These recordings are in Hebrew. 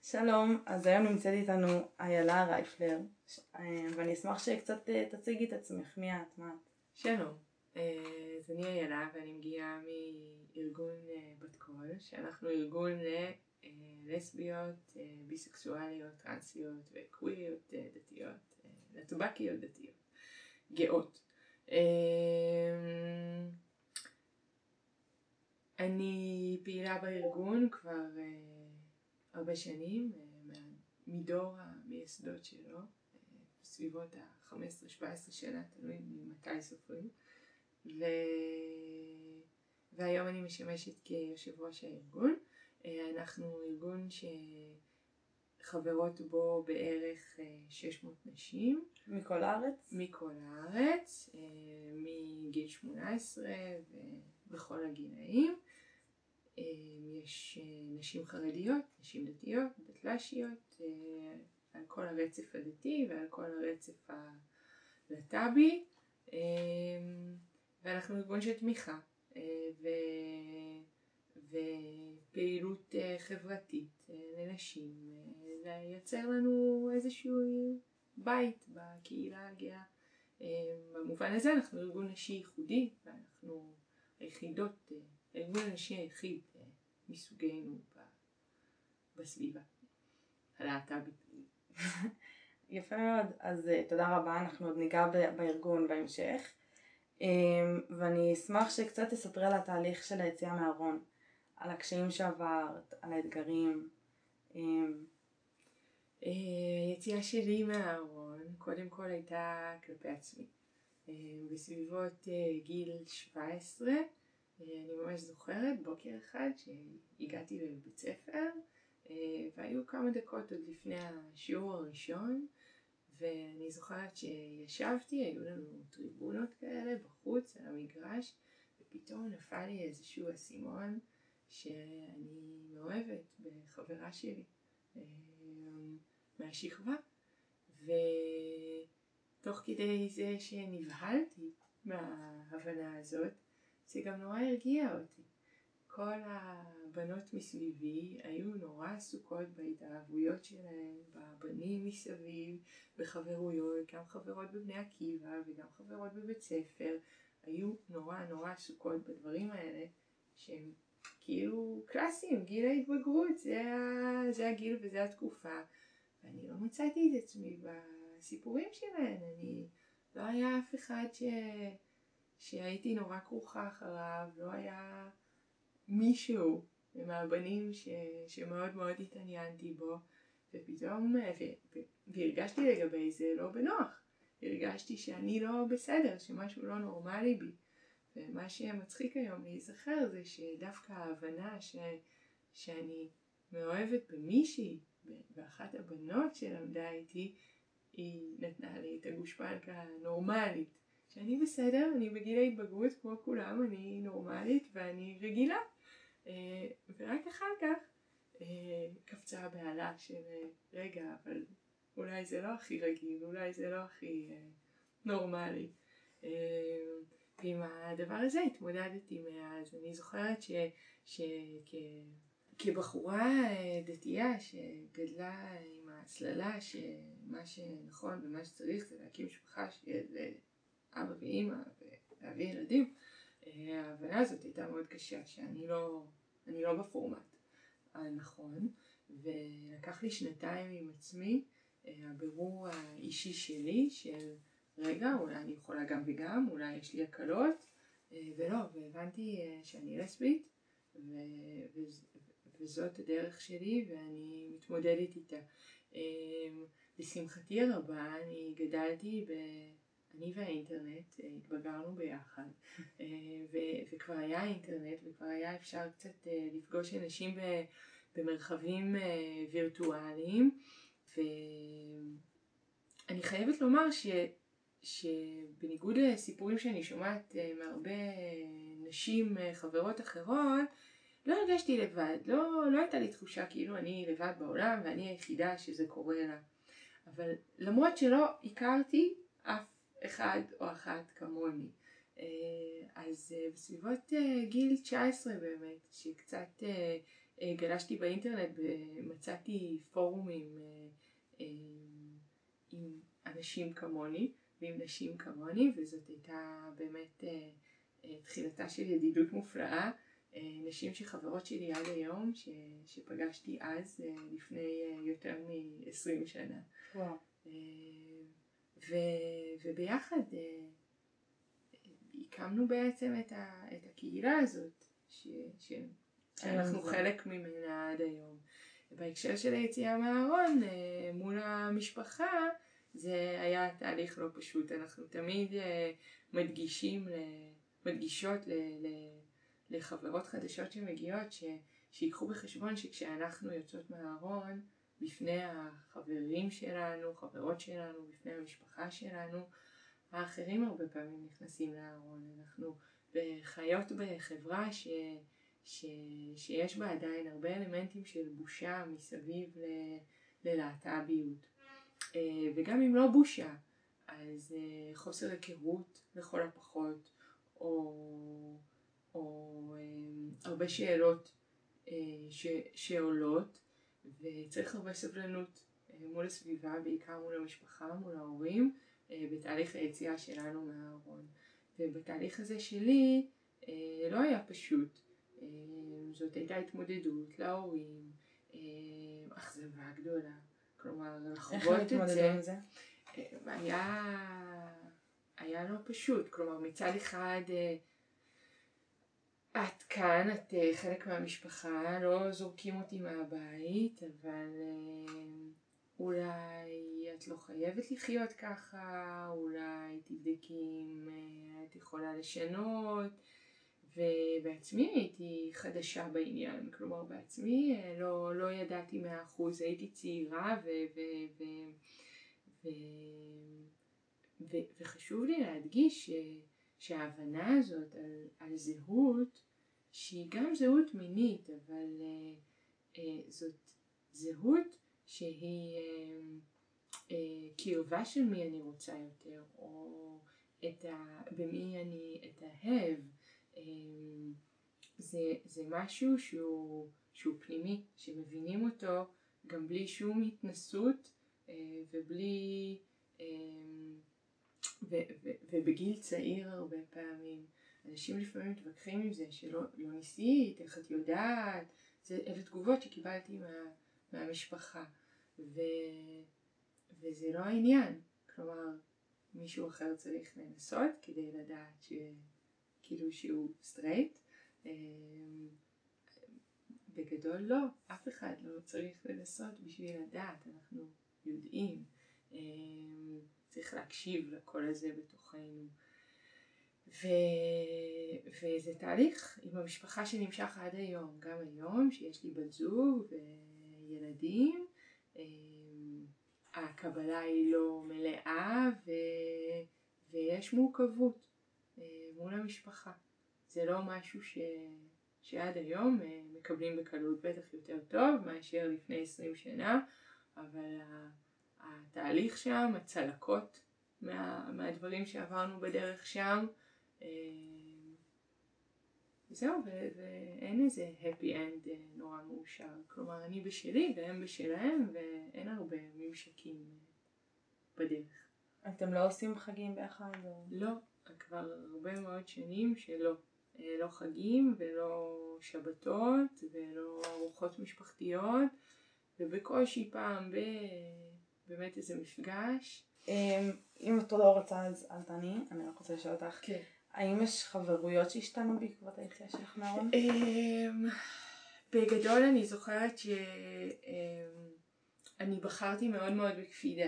שלום, אז היום נמצאת איתנו איילה רייפלר, ואני אשמח שקצת תציגי את עצמך, מי את, מה את? שלום, אז אני איילה ואני מגיעה מארגון בת קול, שאנחנו ארגון לסביות, ביסקסואליות, טרנסיות וקוויריות דתיות, לטבקיות דתיות, גאות. אני פעילה בארגון כבר הרבה שנים, מדור המייסדות שלו, בסביבות ה-15-17 שנה, תלוי ממתי סופרים. והיום אני משמשת כיושב ראש הארגון. אנחנו ארגון שחברות בו בערך 600 נשים. מכל הארץ? מכל הארץ, מגיל 18 ובכל הגילאים. יש נשים חרדיות, נשים דתיות, דתל"שיות, על כל הרצף הדתי ועל כל הרצף הלהט"בי, ואנחנו ארגון של תמיכה ופעילות חברתית לנשים, לייצר לנו איזשהו בית בקהילה הגאה. במובן הזה אנחנו ארגון נשי ייחודי, ואנחנו היחידות, הארגון הנשי היחיד מסוגנו בסביבה הלהט"בית. יפה מאוד, אז תודה רבה, אנחנו עוד ניגע בארגון בהמשך, ואני אשמח שקצת תספרי על התהליך של היציאה מהארון, על הקשיים שעברת, על האתגרים. היציאה שלי מהארון קודם כל הייתה כלפי עצמי. בסביבות גיל 17, אני ממש זוכרת בוקר אחד שהגעתי לבית ספר, והיו כמה דקות עוד לפני השיעור הראשון, ואני זוכרת שישבתי, היו לנו טריבונות כאלה בחוץ על המגרש, ופתאום נפל לי איזשהו אסימון שאני מאוהבת בחברה שלי מהשכבה, ותוך כדי זה שנבהלתי מההבנה הזאת, זה גם נורא הרגיע אותי. כל הבנות מסביבי היו נורא עסוקות בהתאהבויות שלהן, בבנים מסביב, בחברויות, גם חברות בבני עקיבא וגם חברות בבית ספר, היו נורא עסוקות בדברים האלה שהם כאילו קלאסיים, גיל ההתבגרות, זה הגיל וזה התקופה, ואני לא מצאתי את עצמי בסיפורים שלהן. לא היה אף אחד שהייתי נורא כרוכה אחריו, לא היה מישהו מהבנים שמאוד התעניינתי בו, ופתאום, והרגשתי לגבי זה לא בנוח, הרגשתי שאני לא בסדר, שמשהו לא נורמלי בי. ומה שמצחיק היום להיזכר זה שדווקא ההבנה שאני מאוהבת במישהי, ואחת הבנות שלמדה איתי, היא נתנה לי את הגושפנקה הנורמלית, שאני בסדר, אני בגיל ההתבגרות כמו כולם, אני נורמלית ואני רגילה. ורק אחר כך קפצה הבעלה של רגע, אבל אולי זה לא הכי רגיל, אולי זה לא הכי נורמלי. ועם הדבר הזה התמודדתי מאז. אני זוכרת כבחורה דתייה שגדלה עם ההצללה שמה שנכון ומה שצריך זה להקים משפחה שיהיה לאבא ואמא ולהביא ילדים, ההבנה הזאת הייתה מאוד קשה, שאני לא בפורמט הנכון, ולקח לי 2 עם עצמי, הבירור האישי שלי של רגע, אולי אני יכולה גם וגם, אולי יש לי הקלות, והבנתי שאני לסבית, וזאת הדרך שלי ואני מתמודדת איתה. לשמחתי הרבה אני גדלתי אני והאינטרנט התבגרנו ביחד, וכבר היה אינטרנט וכבר היה אפשר קצת לפגוש אנשים במרחבים וירטואליים, ואני חייבת לומר שבניגוד לסיפורים שאני שומעת מהרבה נשים חברות אחרות, לא הרגשתי לבד, לא הייתה לי תחושה כאילו אני לבד בעולם ואני היחידה שזה קורה לה. אבל למרות שלא הכרתי אף אחד או אחת כמוני, אז בסביבות גיל 19 באמת, שקצת גלשתי באינטרנט ומצאתי פורומים עם אנשים כמוני ועם נשים כמוני, וזאת הייתה באמת תחילתה של ידידות מופלאה. נשים שחברות שלי עד היום, שפגשתי אז לפני יותר מ-20 שנה. וואו. וביחד הקמנו בעצם את הקהילה הזאת, שאנחנו חלק ממנה עד היום. בהקשר של היציאה מהארון מול המשפחה, זה היה תהליך לא פשוט. אנחנו תמיד מדגישות לחברות חדשות שמגיעות, שיקחו בחשבון שכשאנחנו יוצאות מהארון, בפני החברים שלנו, חברות שלנו, בפני המשפחה שלנו, האחרים הרבה פעמים נכנסים לארון. אנחנו חיות בחברה שיש בה עדיין הרבה אלמנטים של בושה מסביב ללהט"ביות. וגם אם לא בושה, אז חוסר היכרות לכל הפחות, או הרבה שאלות שעולות, וצריך הרבה סבלנות מול הסביבה, בעיקר מול המשפחה, מול ההורים, בתהליך היציאה שלנו מהארון. ובתהליך הזה שלי לא היה פשוט. זאת הייתה התמודדות להורים, אכזבה גדולה, כלומר לחוות את זה. איך להתמודדו עם זה? היה לא פשוט, כלומר מצד אחד את כאן, את חלק מהמשפחה, לא זורקים אותי מהבית, אבל אולי את לא חייבת לחיות ככה, אולי תבדקי אם את יכולה לשנות. ובעצמי הייתי חדשה בעניין, כלומר בעצמי לא ידעתי 100%, הייתי צעירה וחשוב לי להדגיש שההבנה הזאת על זהות, שהיא גם זהות מינית, אבל זאת זהות שהיא קרבה של מי אני רוצה יותר, או במי אני אתאהב. זה משהו שהוא פנימי, שמבינים אותו גם בלי שום התנסות ובלי ובגיל צעיר הרבה פעמים. אנשים לפעמים מתווכחים עם זה שלא ניסית, איך את יודעת. אלה תגובות שקיבלתי מהמשפחה, וזה לא העניין. כלומר, מישהו אחר צריך לנסות כדי לדעת כאילו שהוא סטרייט. בגדול לא, אף אחד לא צריך לנסות בשביל לדעת, אנחנו יודעים. צריך להקשיב לקול הזה בתוכנו. וזה תהליך עם המשפחה שנמשך עד היום, גם היום שיש לי בת זוג וילדים. הקבלה היא לא מלאה ויש מורכבות מול המשפחה. זה לא משהו שעד היום מקבלים בקלות, בטח יותר טוב מאשר לפני 20 שנה, אבל התהליך שם, הצלקות מהדברים שעברנו בדרך שם, זהו, ואין איזה happy end נורא מאושר. כלומר, אני בשלי והם בשלהם, ואין הרבה ממשקים בדרך. אתם לא עושים חגים ביחד? לא, כבר הרבה מאוד שנים שלא. לא חגים ולא שבתות ולא ארוחות משפחתיות, ובקושי פעם באמת איזה מפגש. אם את לא רוצה אז אל תעני, אני רק רוצה לשאול אותך. כן. האם יש חברויות שהשתנו בעקבות היציאה שלך מהארון? בגדול אני זוכרת שאני בחרתי מאוד מאוד בקפידה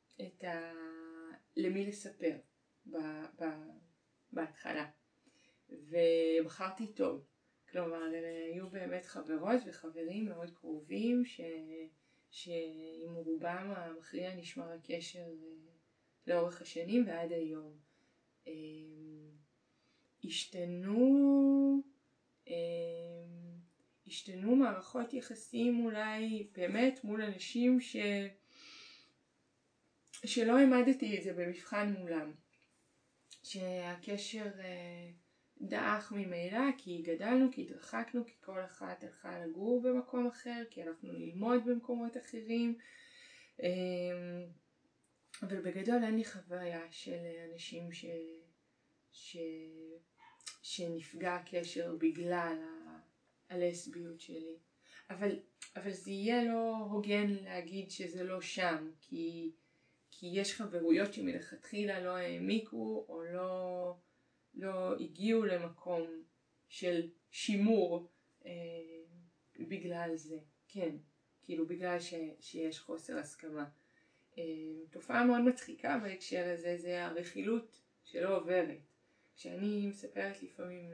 למי לספר בהתחלה, ובחרתי טוב. כלומר, היו באמת חברות וחברים מאוד קרובים שעם רובם המכריע נשמר הקשר לאורך השנים ועד היום. השתנו מערכות יחסים אולי באמת מול אנשים שלא העמדתי את זה במבחן מולם, שהקשר דעך ממילא, כי גדלנו, כי התרחקנו, כי כל אחת הלכה לגור במקום אחר, כי הלכנו ללמוד במקומות אחרים. אבל בגדול אין לי חוויה של אנשים שנפגע קשר בגלל הלסביות שלי. אבל זה יהיה לא הוגן להגיד שזה לא שם, כי יש חברויות שמלכתחילה לא העמיקו או לא הגיעו למקום של שימור בגלל זה. כן, כאילו בגלל שיש חוסר הסכמה. תופעה מאוד מצחיקה בהקשר הזה זה הרכילות שלא עוברת. כשאני מספרת לפעמים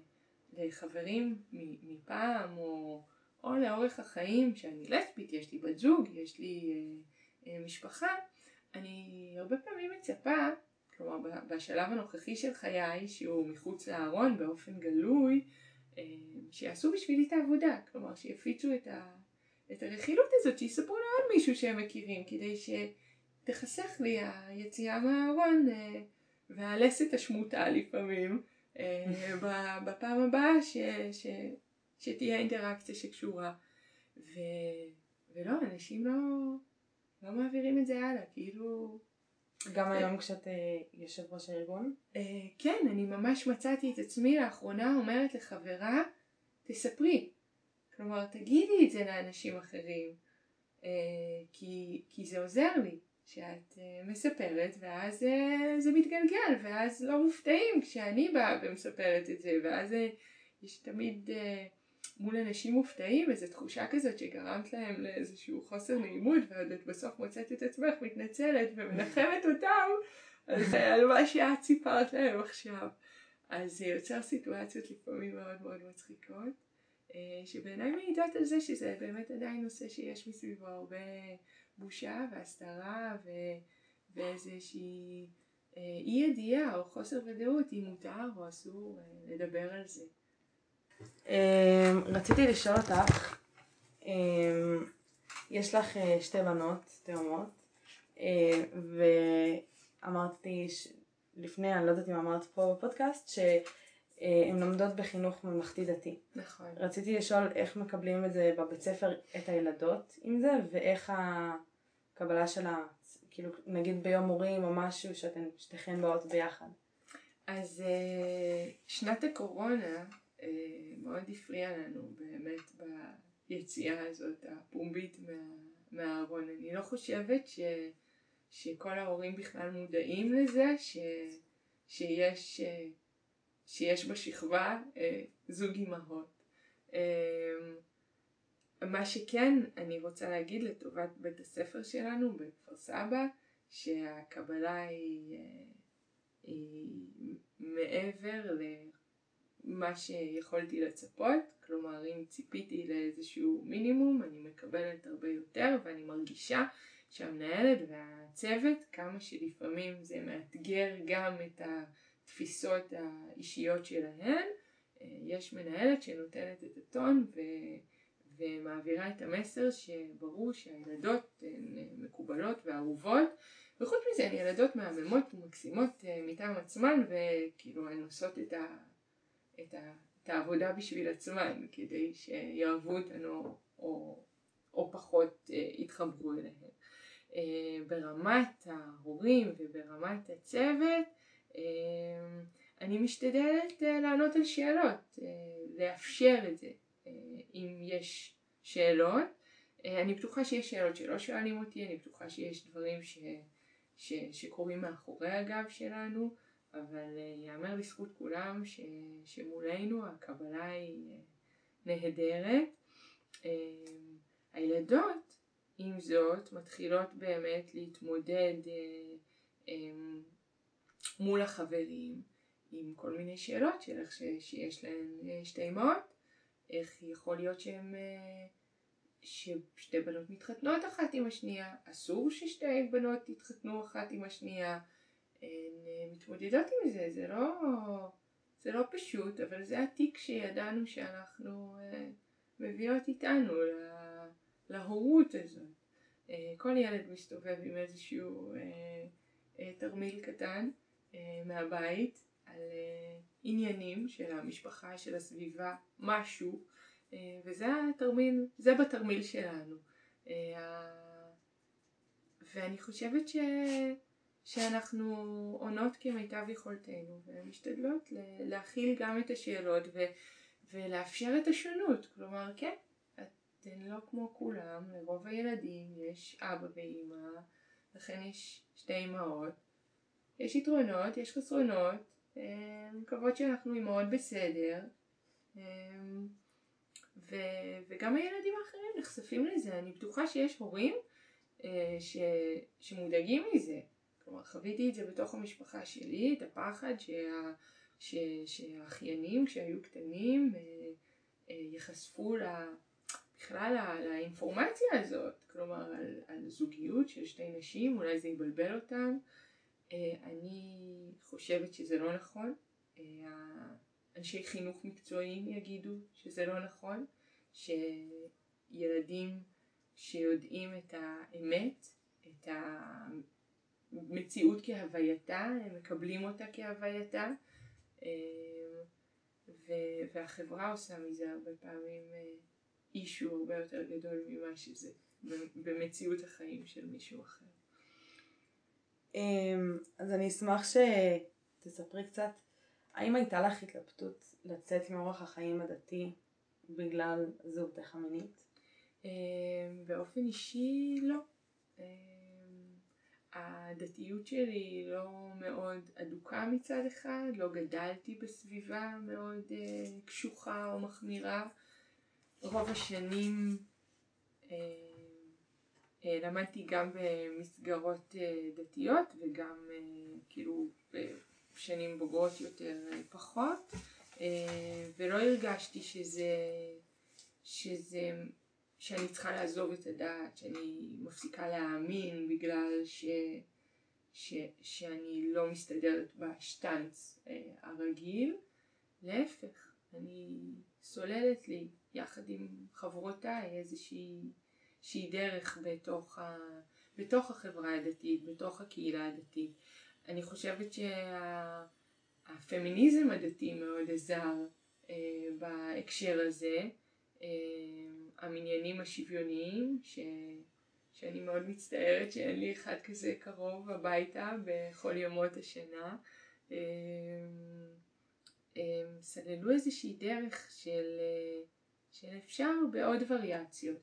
לחברים מפעם או לאורך החיים שאני לסבית, יש לי בת זוג, יש לי משפחה, אני הרבה פעמים מצפה, כלומר בשלב הנוכחי של חיי שהוא מחוץ לארון באופן גלוי, שיעשו בשבילי את העבודה, כלומר שיפיצו את הרכילות הזאת, שיספרו לעוד מישהו שהם מכירים, כדי שתחסך לי היציאה מהארון והלסת השמוטה לפעמים בפעם הבאה שתהיה אינטראקציה שקשורה. ולא, אנשים לא מעבירים את זה הלאה, כאילו... גם היום כשאת יושב ראש הארגון? כן, אני ממש מצאתי את עצמי לאחרונה אומרת לחברה, תספרי. כלומר, תגידי את זה לאנשים אחרים, כי זה עוזר לי, שאת מספרת, ואז זה מתגלגל, ואז לא מופתעים כשאני באה ומספרת את זה, ואז יש תמיד מול אנשים מופתעים איזו תחושה כזאת שגרמת להם לאיזשהו חוסר נעימות, ואת בסוף מוצאת את עצמך מתנצלת ומנחמת אותם על מה שאת סיפרת להם עכשיו. אז זה יוצר סיטואציות לפעמים מאוד מאוד מצחיקות, שבעיניי מעידות על זה שזה באמת עדיין נושא שיש מסביבו הרבה בושה והסתרה ואיזושהי אי ידיעה או חוסר ודאות אם מותר או אסור לדבר על זה. רציתי לשאול אותך, יש לך שתי בנות תאומות, ואמרתי לפני, אני לא יודעת אם אמרת פה בפודקאסט, שהן לומדות בחינוך ממלכתי דתי. נכון. רציתי לשאול איך מקבלים את זה בבית ספר, את הילדות עם זה, ואיך הקבלה שלה, כאילו נגיד ביום הורים או משהו שאתן שתיכן באות ביחד. אז שנת הקורונה מאוד הפריעה לנו באמת ביציאה הזאת הפומבית מהארון. אני לא חושבת שכל ההורים בכלל מודעים לזה שיש בשכבה זוג אמהות. מה שכן אני רוצה להגיד לטובת בית הספר שלנו בכפר סבא, שהקבלה היא מעבר למה שיכולתי לצפות. כלומר, אם ציפיתי לאיזשהו מינימום, אני מקבלת הרבה יותר, ואני מרגישה שהמנהלת והצוות, כמה שלפעמים זה מאתגר גם את התפיסות האישיות שלהן, יש מנהלת שנותנת את הטון ומעבירה את המסר שברור שהילדות הן מקובלות ואהובות, וחוץ מזה הן ילדות מהממות ומקסימות מטעם עצמן, וכאילו הן עושות את העבודה בשביל עצמן כדי שיאהבו אותנו או פחות יתחברו אליהן. ברמת ההורים וברמת הצוות אני משתדלת לענות על שאלות, לאפשר את זה אם יש שאלות. אני בטוחה שיש שאלות שלא שואלים אותי, אני בטוחה שיש דברים שקורים מאחורי הגב שלנו, אבל יאמר לזכות כולם שמולנו הקבלה היא נהדרת. הילדות עם זאת מתחילות באמת להתמודד מול החברים עם כל מיני שאלות של איך שיש להן שתי אמהות, איך יכול להיות ששתי בנות מתחתנות אחת עם השנייה, אסור ששתי בנות יתחתנו אחת עם השנייה. הן מתמודדות עם זה, זה לא פשוט, אבל זה התיק שידענו שאנחנו מביאות איתנו להורות הזאת. כל ילד מסתובב עם איזשהו תרמיל קטן מהבית, עניינים של המשפחה, של הסביבה, משהו, וזה התרמיל, זה בתרמיל שלנו. ואני חושבת שאנחנו עונות כמיטב יכולתנו ומשתדלות להכיל גם את השאלות ולאפשר את השונות. כלומר, כן, אתן לא כמו כולם, לרוב הילדים יש אבא ואמא, לכן יש שתי אמהות, יש יתרונות, יש חסרונות, מקוות שאנחנו אמהות בסדר, וגם הילדים האחרים נחשפים לזה. אני בטוחה שיש הורים שמודאגים מזה. כלומר, חוויתי את זה בתוך המשפחה שלי, את הפחד שהאחיינים כשהיו קטנים יחשפו בכלל לאינפורמציה הזאת, כלומר על זוגיות של שתי נשים, אולי זה יבלבל אותן. אני חושבת שזה לא נכון. אנשי חינוך מקצועיים יגידו שזה לא נכון, שילדים שיודעים את האמת, את המציאות כהווייתה, הם מקבלים אותה כהווייתה, והחברה עושה מזה הרבה פעמים אישו הרבה יותר גדול ממה שזה במציאות החיים של מישהו אחר. אז אני אשמח שתספרי קצת, האם הייתה לך התלבטות לצאת מאורח החיים הדתי בגלל זהותך המינית? באופן אישי לא. הדתיות שלי לא מאוד אדוקה מצד אחד, לא גדלתי בסביבה מאוד קשוחה או מחמירה. רוב השנים למדתי גם במסגרות דתיות וגם כאילו בשנים בוגרות יותר פחות, ולא הרגשתי שאני צריכה לעזוב את הדת, שאני מפסיקה להאמין בגלל שאני לא מסתדרת בשטנץ הרגיל. להפך, אני סוללת לי יחד עם חברותיי איזושהי דרך בתוך החברה הדתית, בתוך הקהילה הדתית. אני חושבת שהפמיניזם הדתי מאוד עזר בהקשר הזה, המניינים השוויוניים, שאני מאוד מצטערת שאין לי אחד כזה קרוב הביתה בכל ימות השנה, סללו איזושהי דרך של אפשר בעוד וריאציות.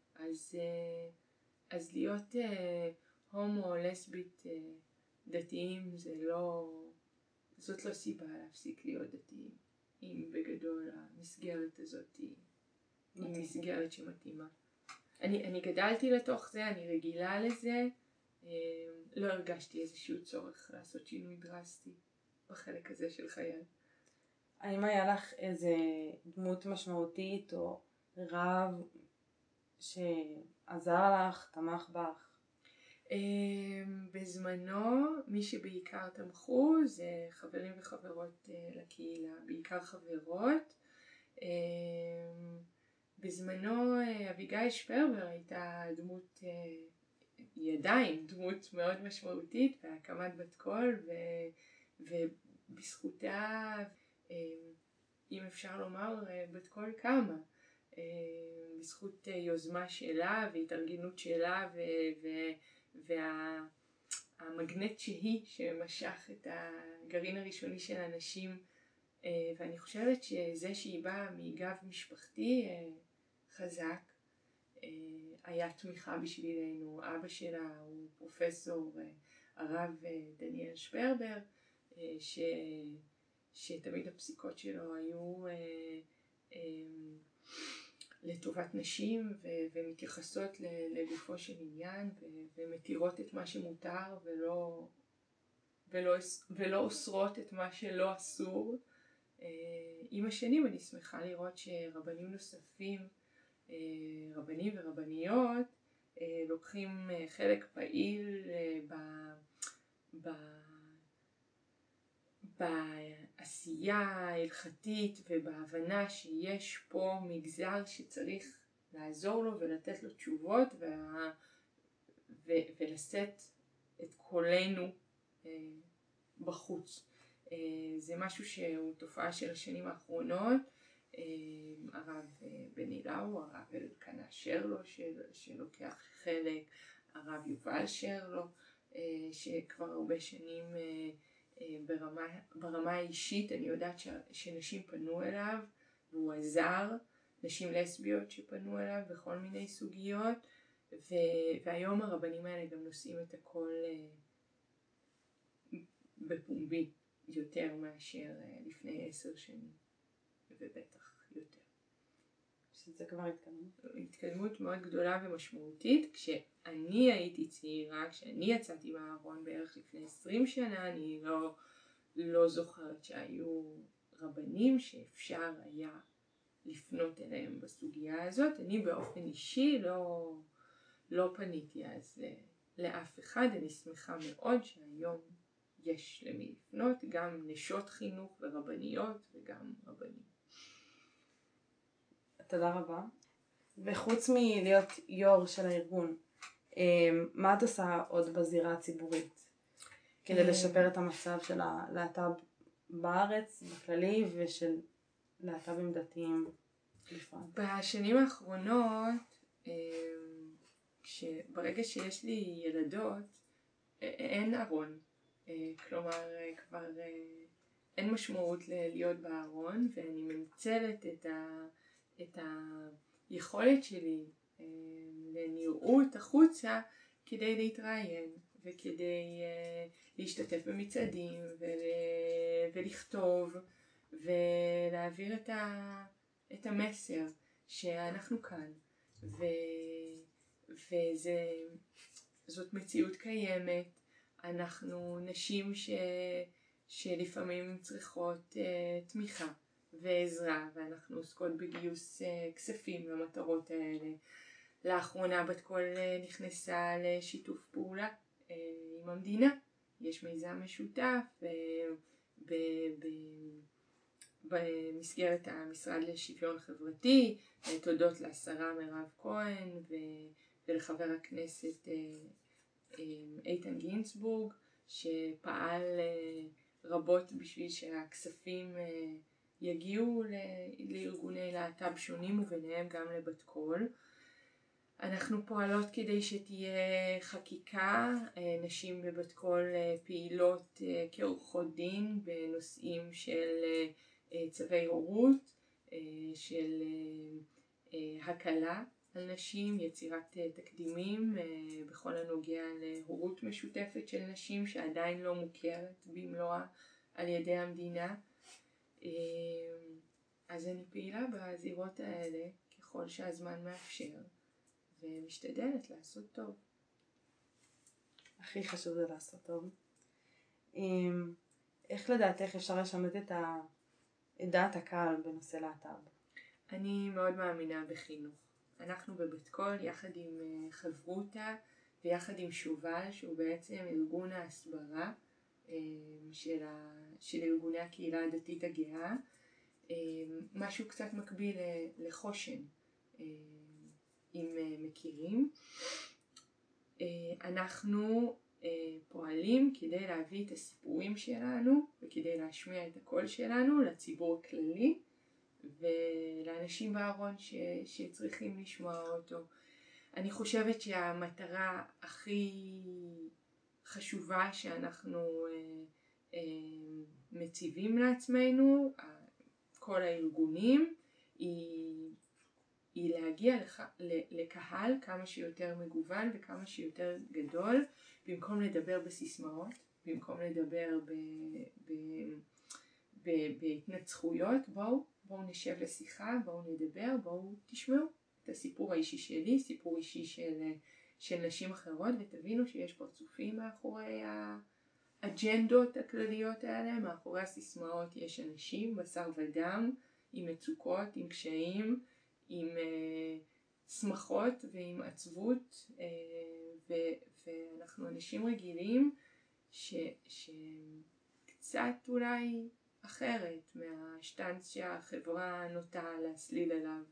אז להיות הומו או לסבית דתיים זאת לא סיבה להפסיק להיות דתיים, אם בגדול המסגרת הזאת היא מסגרת שמתאימה. אני גדלתי לתוך זה, אני רגילה לזה, לא הרגשתי איזשהו צורך לעשות שינוי דרסטי בחלק הזה של חיי. האם היה לך איזה דמות משמעותית או רב שעזר לך, תמך בך? בזמנו מי שבעיקר תמכו זה חברים וחברות לקהילה, בעיקר חברות. בזמנו אביגיל שפרבר הייתה היא עדיין דמות מאוד משמעותית בהקמת בת קול, ובזכותה, אם אפשר לומר, בת קול קמה. בזכות יוזמה שלה והתארגנות שלה והמגנט שמשך את הגרעין הראשוני של האנשים. ואני חושבת שזה שהיא באה מגב משפחתי חזק, היה תמיכה בשבילנו. אבא שלה הוא פרופסור הרב דניאל שפרבר, שתמיד הפסיקות שלו היו לטובת נשים ומתייחסות לגופו של עניין ומתירות את מה שמותר ולא אוסרות את מה שלא אסור. עם השנים אני שמחה לראות שרבנים נוספים, רבנים ורבניות, לוקחים חלק פעיל בעשייה ההלכתית ובהבנה שיש פה מגזר שצריך לעזור לו ולתת לו תשובות ולשאת את קולנו בחוץ. זה משהו שהוא תופעה של השנים האחרונות. הרב בנילאו, הרב אלקנה שרלו שלוקח חלק, הרב יובל שרלו שכבר הרבה שנים ברמה האישית אני יודעת שנשים פנו אליו והוא עזר, נשים לסביות שפנו אליו בכל מיני סוגיות, והיום הרבנים האלה גם נושאים את הכל בפומבי יותר מאשר לפני 10 שנים ובטח יותר. שזה כבר התקדמות מאוד גדולה ומשמעותית. כשאני הייתי צעירה, כשאני יצאתי מהארון בערך לפני 20 שנה, אני לא זוכרת שהיו רבנים שאפשר היה לפנות אליהם בסוגיה הזאת. אני באופן אישי לא פניתי אז לאף אחד. אני שמחה מאוד שהיום יש למי לפנות, גם נשות חינוך ורבניות וגם רבנים. תודה רבה. וחוץ מלהיות יו"ר של הארגון, מה את עושה עוד בזירה הציבורית כדי לשפר את המצב של הלהט"ב בארץ בכללי ושל להט"בים דתיים בפרט? בשנים האחרונות, ברגע שיש לי ילדות, אין ארון. כלומר, כבר אין משמעות להיות בארון, ואני מנצלת את היכולת שלי לנראות החוצה כדי להתראיין וכדי להשתתף במצעדים ולכתוב ולהעביר את המסר שאנחנו כאן, וזאת מציאות קיימת. אנחנו נשים שלפעמים צריכות תמיכה ועזרה, ואנחנו עוסקות בגיוס כספים למטרות האלה. לאחרונה בת קול נכנסה לשיתוף פעולה עם המדינה. יש מיזם משותף במסגרת המשרד לשוויון חברתי, תודות לשרה מירב כהן ולחבר הכנסת איתן גינצבורג שפעל רבות בשביל שהכספים יגיעו לארגוני להט"ב שונים וביניהם גם לבת קול. אנחנו פועלות כדי שתהיה חקיקה. נשים בבת קול פעילות כעורכות דין בנושאים של צווי הורות, של הקלה על נשים, יצירת תקדימים בכל הנוגע להורות משותפת של נשים שעדיין לא מוכרת במלואה על ידי המדינה. אז אני פעילה בזירות האלה ככל שהזמן מאפשר ומשתדלת לעשות טוב. הכי חשוב זה לעשות טוב. איך לדעתך אפשר לשנות את דעת הקהל בנושא להט"ב? אני מאוד מאמינה בחינוך. אנחנו בבת קול יחד עם חברותה ויחד עם שובל שהוא בעצם ארגון ההסברה של ארגוני הקהילה הדתית הגאה, משהו קצת מקביל לחושן אם מכירים. אנחנו פועלים כדי להביא את הסיפורים שלנו וכדי להשמיע את הקול שלנו לציבור הכללי ולאנשים בארון שצריכים לשמוע אותו. אני חושבת שהמטרה הכי חשובה שאנחנו מציבים לעצמנו, כל הארגונים, היא להגיע לקהל כמה שיותר מגוון וכמה שיותר גדול, במקום לדבר בסיסמאות, במקום לדבר בהתנצחויות. בואו נשב לשיחה, בואו נדבר, בואו תשמעו את הסיפור האישי שלי, סיפור אישי של נשים אחרות, ותבינו שיש פרצופים מאחורי האג'נדות הכלליות האלה. מאחורי הסיסמאות יש אנשים בשר ודם, עם מצוקות, עם קשיים, עם שמחות ועם עצבות, ואנחנו אנשים רגילים שקצת אולי אחרת מהשטנץ שהחברה נוטה להסליל אליו.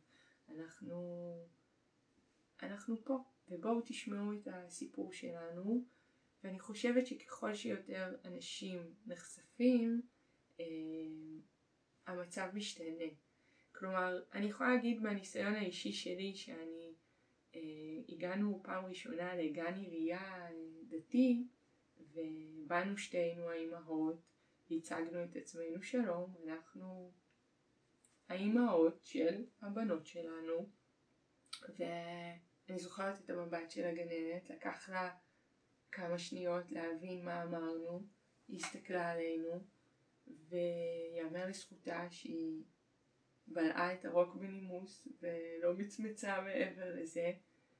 אנחנו פה, ובואו תשמעו את הסיפור שלנו. ואני חושבת שככל שיותר אנשים נחשפים, המצב משתנה. כלומר, אני יכולה להגיד מהניסיון האישי שלי שאני הגענו פעם ראשונה לגן עירייה דתי, ובאנו שתינו האימהות, הצגנו את עצמנו שלום, אנחנו האימהות של הבנות שלנו, ואני זוכרת את המבט של הגננת, לקח לה כמה שניות להבין מה אמרנו, היא הסתכלה עלינו, ויאמר לזכותה שהיא בלעה את הרוק בנימוס ולא מצמצה מעבר לזה,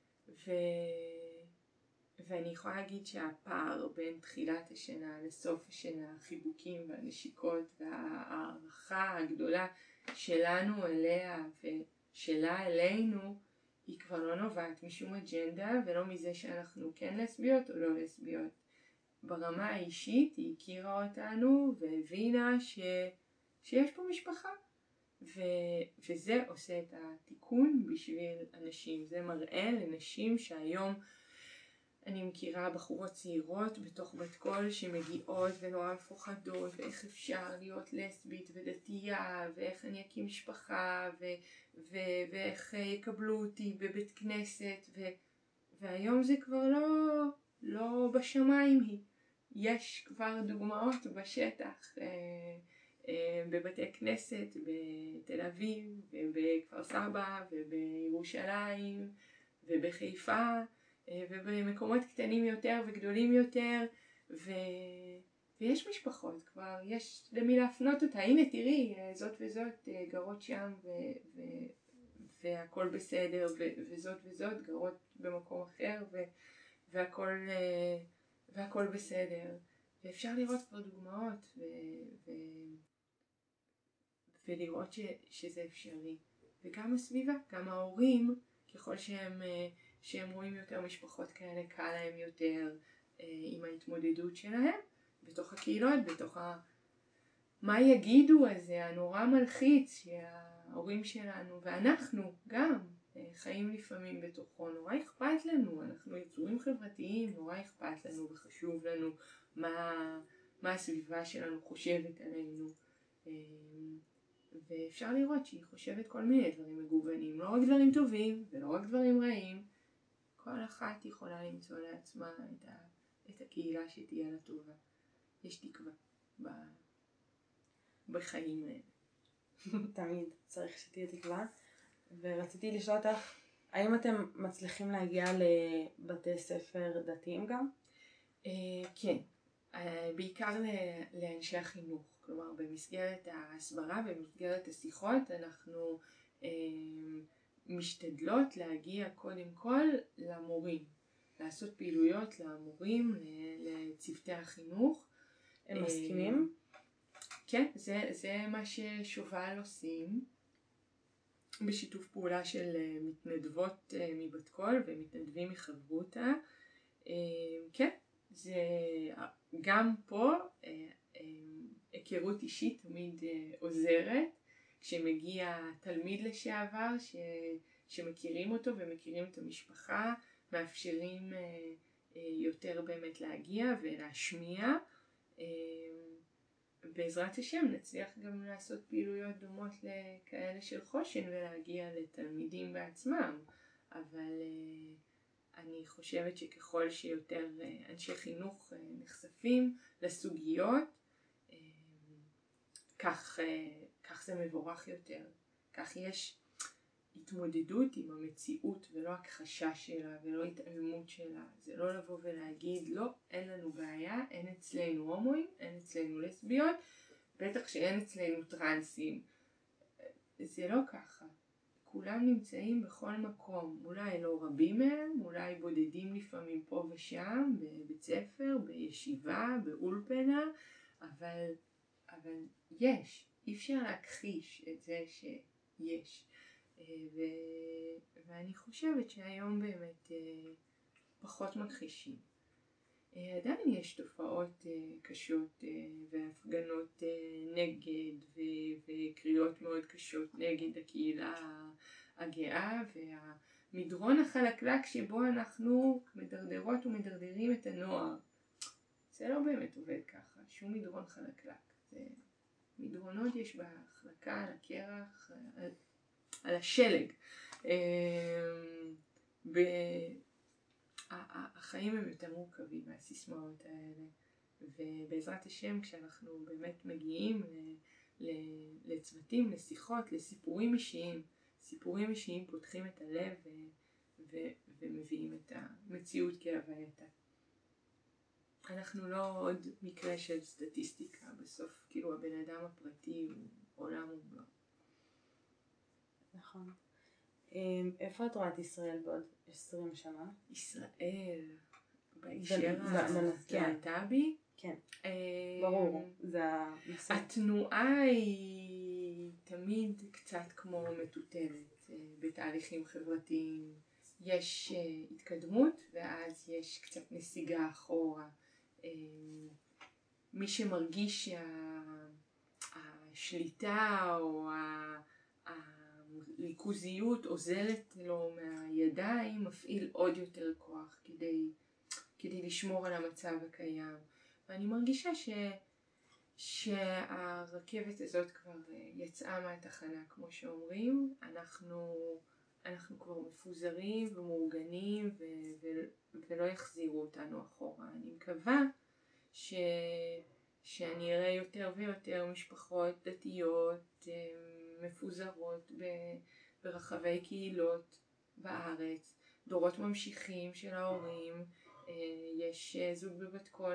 ואני יכולה להגיד שהפער בין תחילת השנה לסוף השנה, החיבוקים והנשיקות וההערכה הגדולה שלנו אליה ושלה אלינו, היא כבר לא נובעת משום אג'נדה ולא מזה שאנחנו כן לסביות או לא לסביות. ברמה האישית היא הכירה אותנו והבינה שיש פה משפחה, וזה עושה את התיקון בשביל אנשים. זה מראה לנשים שהיום אני מכירה בחורות צעירות בתוך בת קול שמגיעות ונורא מפוחדות, ואיך אפשר להיות לסבית ודתייה, ואיך אני אקים משפחה, ואיך יקבלו אותי בבית כנסת, והיום זה כבר לא בשמיים היא. יש כבר דוגמאות בשטח, בבתי כנסת, בתל אביב, ובכפר סבא, ובירושלים, ובחיפה, ובמקומות קטנים יותר וגדולים יותר, ויש משפחות כבר, יש למי להפנות אותה. הנה תראי, זאת וזאת גרות שם והכל בסדר, וזאת וזאת גרות במקום אחר והכל בסדר. ואפשר לראות כבר דוגמאות ולראות שזה אפשרי. וגם הסביבה, גם ההורים, ככל שהם רואים יותר משפחות כאלה, קל להם יותר עם ההתמודדות שלהם בתוך הקהילות, בתוך מה יגידו הזה הנורא מלחיץ שההורים שלנו ואנחנו גם חיים לפעמים בתוכו. נורא אכפת לנו, אנחנו יצורים חברתיים, נורא אכפת לנו וחשוב לנו מה הסביבה שלנו חושבת עלינו, ואפשר לראות שהיא חושבת כל מיני דברים מגוונים, לא רק דברים טובים ולא רק דברים רעים. כל אחת יכולה למצוא לעצמה את הקהילה שתהיה לה טובה. יש תקווה בחיים האלה. תמיד צריך שתהיה תקווה. ורציתי לשאול אותך, האם אתם מצליחים להגיע לבתי ספר דתיים גם? כן, בעיקר לאנשי החינוך. כלומר, במסגרת ההסברה, במסגרת השיחות, אנחנו משתדלות להגיע קודם כל למורים, לעשות פעילויות למורים, לצוותי החינוך. הם מסכימים? כן, זה מה ששובל עושים, בשיתוף פעולה של מתנדבות מבת קול ומתנדבים מחברותה. כן, זה גם פה היכרות אישית תמיד עוזרת. כשמגיע תלמיד לשעבר שמכירים אותו ומכירים את המשפחה, מאפשרים יותר באמת להגיע ולהשמיע. בעזרת השם נצליח גם לעשות פעילויות דומות לכאלה של חושן ולהגיע לתלמידים בעצמם. אבל אני חושבת שככל שיותר אנשי חינוך נחשפים לסוגיות, כך זה מבורך יותר. כך יש התמודדות עם המציאות ולא הכחשה שלה ולא התעלמות שלה. זה לא לבוא ולהגיד לא, אין לנו בעיה, אין אצלנו הומואים, אין אצלנו לסביות, בטח שאין אצלנו טרנסים. זה לא ככה. כולם נמצאים בכל מקום, אולי לא רבים מהם, אולי בודדים לפעמים פה ושם, בבית ספר, בישיבה, באולפנה, אבל יש. אי אפשר להכחיש את זה שיש. ואני חושבת שהיום באמת פחות מכחישים. עדיין יש תופעות קשות והפגנות נגד וקריאות מאוד קשות נגד הקהילה הגאה, והמדרון החלקלק שבו אנחנו מדרדרות ומדרדרים את הנוער. זה לא באמת עובד ככה, שום מדרון חלקלק. זה מדרונות יש בהחלקה, על הקרח, על השלג. החיים הם יותר מורכבים מהסיסמאות האלה, ובעזרת השם כשאנחנו באמת מגיעים לצוותים, לשיחות, לסיפורים אישיים, סיפורים אישיים פותחים את הלב ומביאים את המציאות כהווייתה. אנחנו לא עוד מקרה של סטטיסטיקה, בסוף כאילו הבן אדם הפרטי הוא עולם ומלואו. נכון. איפה את רואה את ישראל בעוד 20 שנה? ישראל, בהקשר הלהט"בי? כן, ברור, זה הנושא. התנועה היא תמיד קצת כמו מטוטלת בתהליכים חברתיים. יש התקדמות ואז יש קצת נסיגה אחורה. מי שמרגיש שהשליטה או הריכוזיות עוזלת לו מהידיים, מפעיל עוד יותר כוח כדי לשמור על המצב הקיים. ואני מרגישה שהרכבת הזאת כבר יצאה מהתחנה, כמו שאומרים. אנחנו כבר מפוזרים ומאורגנים ולא יחזירו אותנו אחורה. אני מקווה שאני אראה יותר ויותר משפחות דתיות מפוזרות ברחבי קהילות בארץ, דורות ממשיכים של ההורים. יש זוג בבת קול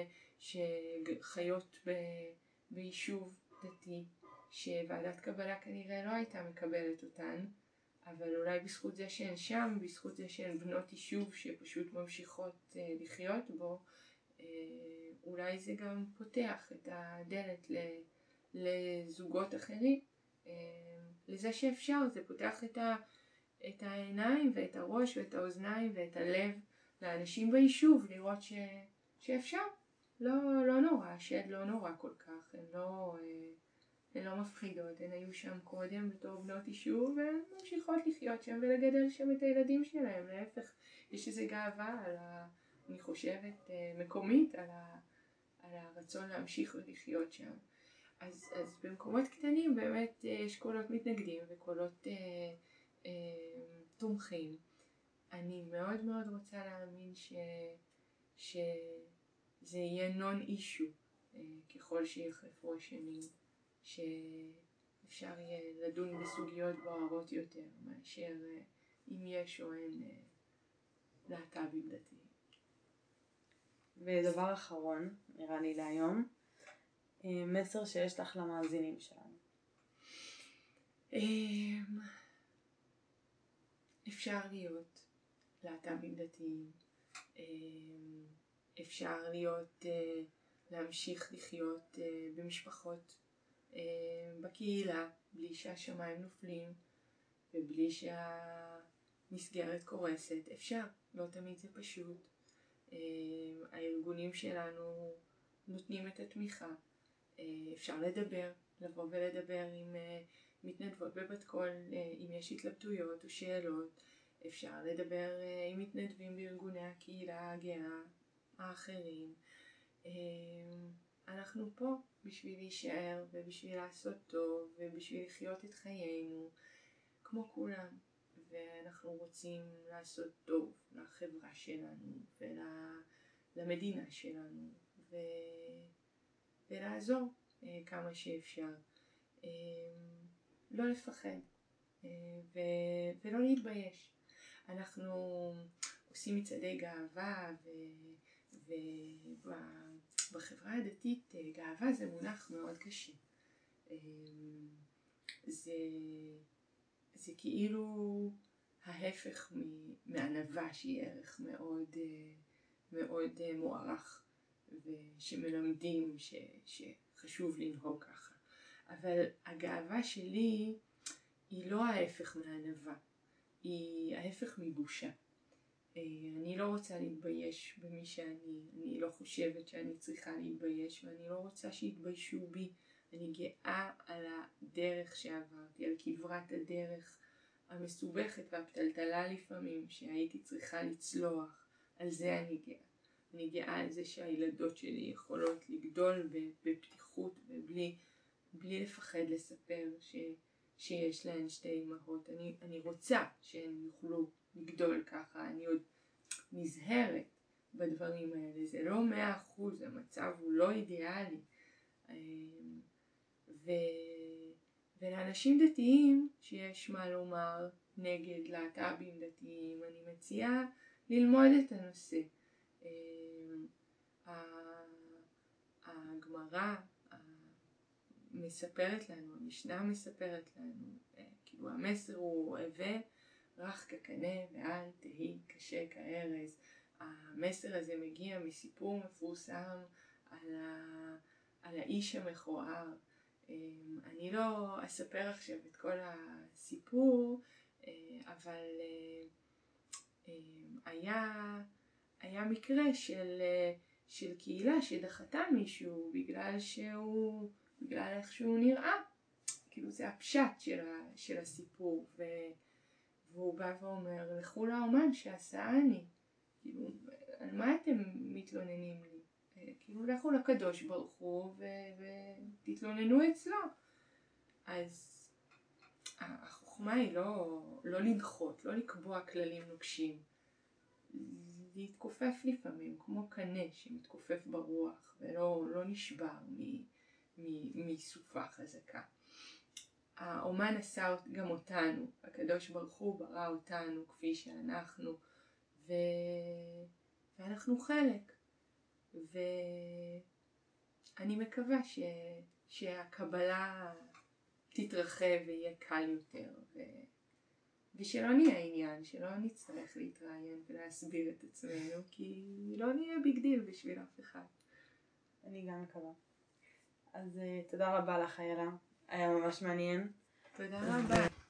שחיות ביישוב דתי שוועדת קבלה כנראה לא הייתה מקבלת אותן, אבל אולי בזכות זה שהן שם, בזכות זה שהן בנות יישוב שפשוט ממשיכות לחיות בו, אולי זה גם פותח את הדלת לזוגות אחרים. לזה שאפשר, זה פותח את העיניים ואת הראש ואת האוזניים ואת הלב לאנשים ביישוב לראות שאפשר. לא נורא, השד לא נורא כל כך, הן לא מפחידות, הן היו שם קודם בתור בנות יישוב והן ממשיכות לחיות שם ולגדל שם את הילדים שלהם. להפך, יש איזו גאווה אני חושבת מקומית על הרצון להמשיך ולחיות שם. אז במקומות קטנים באמת יש קולות מתנגדים וקולות תומכים. אני מאוד מאוד רוצה להאמין שזה יהיה נון אישו ככל שיחלפו השנים, שאפשר יהיה לדון בסוגיות בוערות יותר מאשר אם יש או אין להט"בים דתיים. ודבר אחרון, נראה לי להיום, מסר שיש לך למאזינים שלנו. אפשר להיות להט"בים דתיים, אפשר להיות, להמשיך לחיות במשפחות, בקהילה, בלי שהשמיים נופלים ובלי שהמסגרת קורסת. אפשר, לא תמיד זה פשוט. הארגונים שלנו נותנים את התמיכה. אפשר לדבר, לבוא ולדבר עם מתנדבות בבת קול אם יש התלבטויות או שאלות. אפשר לדבר עם מתנדבים בארגוני הקהילה הגאה האחרים. אנחנו פה בשביל להישאר ובשביל לעשות טוב ובשביל לחיות את חיינו כמו כולם. ואנחנו רוצים לעשות טוב לחברה שלנו ולמדינה שלנו ולעזור כמה שאפשר. לא לפחד ולא להתבייש. אנחנו עושים מצעדי גאווה ובחברה הדתית גאווה זה מונח מאוד קשה. זה כאילו ההפך מענווה שהיא ערך מאוד מאוד מוערך ושמלמדים שחשוב לנהוג ככה. אבל הגאווה שלי היא לא ההפך מענווה, היא ההפך מבושה. אני לא רוצה להתבייש במי אני לא חושבת שאני צריכה להתבייש ואני לא רוצה שיתביישו בי. אני גאה על הדרך שעברתי, על כברת הדרך המסובכת והפתלתלה לפעמים שהייתי צריכה לצלוח. על זה אני גאה. אני גאה על זה שהילדות שלי יכולות לגדול בפתיחות ובלי בלי לפחד לספר שיש להן שתי אמהות. אני רוצה שהן יוכלו לגדול ככה, אני עוד נזהרת בדברים האלה, זה לא 100%, המצב הוא לא אידיאלי. ולאנשים דתיים שיש מה לומר נגד להט"בים דתיים, אני מציעה ללמוד את הנושא. הגמרא מספרת לנו, המשנה מספרת לנו, כאילו המסר הוא הווה רך כקנה ואל תהי קשה כארז. המסר הזה מגיע מסיפור מפורסם על האיש המכוער. אני לא אספר עכשיו את כל הסיפור, אבל היה מקרה של קהילה שדחתה מישהו בגלל איך שהוא נראה. כאילו זה הפשט של הסיפור, והוא בא ואומר, לכו לאומן שעשאני, כאילו על מה אתם מתלוננים לי? כאילו לכו לקדוש ברוך הוא ותתלוננו אצלו. אז החוכמה היא לא לדחות, לא לקבוע כללים נוקשים, להתכופף לפעמים כמו קנה שמתכופף ברוח ולא נשבר מסופה חזקה. האומן עשה גם אותנו, הקדוש ברוך הוא ברא אותנו כפי שאנחנו, ואנחנו חלק. ואני מקווה שהקבלה תתרחב ויהיה קל יותר, ושלא נהיה עניין, שלא נצטרך להתראיין ולהסביר את עצמנו, כי לא נהיה ביג דיל בשביל אף אחד. אני גם מקווה. אז תודה רבה לך איילה, היה ממש מעניין. תודה רבה.